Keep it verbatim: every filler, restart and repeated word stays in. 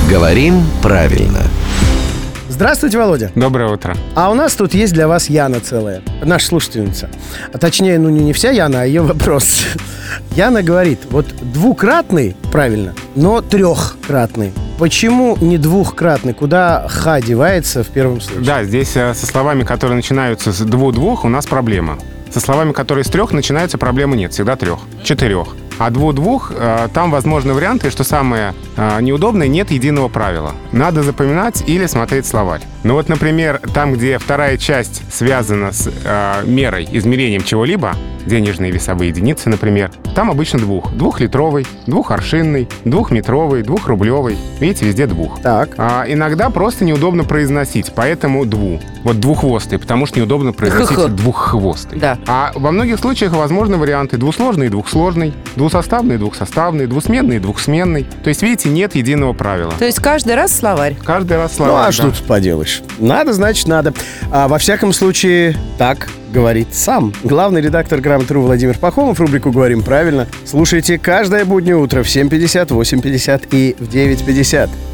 Говорим правильно. Здравствуйте, Володя. Доброе утро. А у нас тут есть для вас Яна целая, наша слушательница. А точнее, ну не, не вся Яна, а ее вопрос. Яна говорит, вот двукратный, правильно, но трехкратный. Почему не двухкратный? Куда ха девается в первом случае? Да, здесь э, со словами, которые начинаются с дву-двух, у нас проблема. Со словами, которые с трех начинаются, проблемы нет, всегда трех, четырех. А дву-двух, э, там возможны варианты, что самое э, неудобное, нет единого правила. Надо запоминать или смотреть словарь. Ну вот, например, там, где вторая часть связана с э, мерой, измерением чего-либо, денежные весовые единицы, например, там обычно двух. Двухлитровый, двухаршинный, двухметровый, двухрублевый. Видите, везде двух. Так. А иногда просто неудобно произносить, поэтому дву. Вот двуххвостый, потому что неудобно произносить двуххвостый. Да. А во многих случаях возможны варианты двусложный и двухсложный, двусоставный и двухсоставный, двусменный и двухсменный. То есть, видите, нет единого правила. То есть каждый раз словарь. Каждый раз Ну слова. а что тут поделаешь? Надо, значит, надо. А во всяком случае, так говорит сам главный редактор Грамоты.ру Владимир Пахомов. Рубрику «Говорим правильно» слушайте каждое буднее утро в семь пятьдесят, восемь пятьдесят и в девять пятьдесят.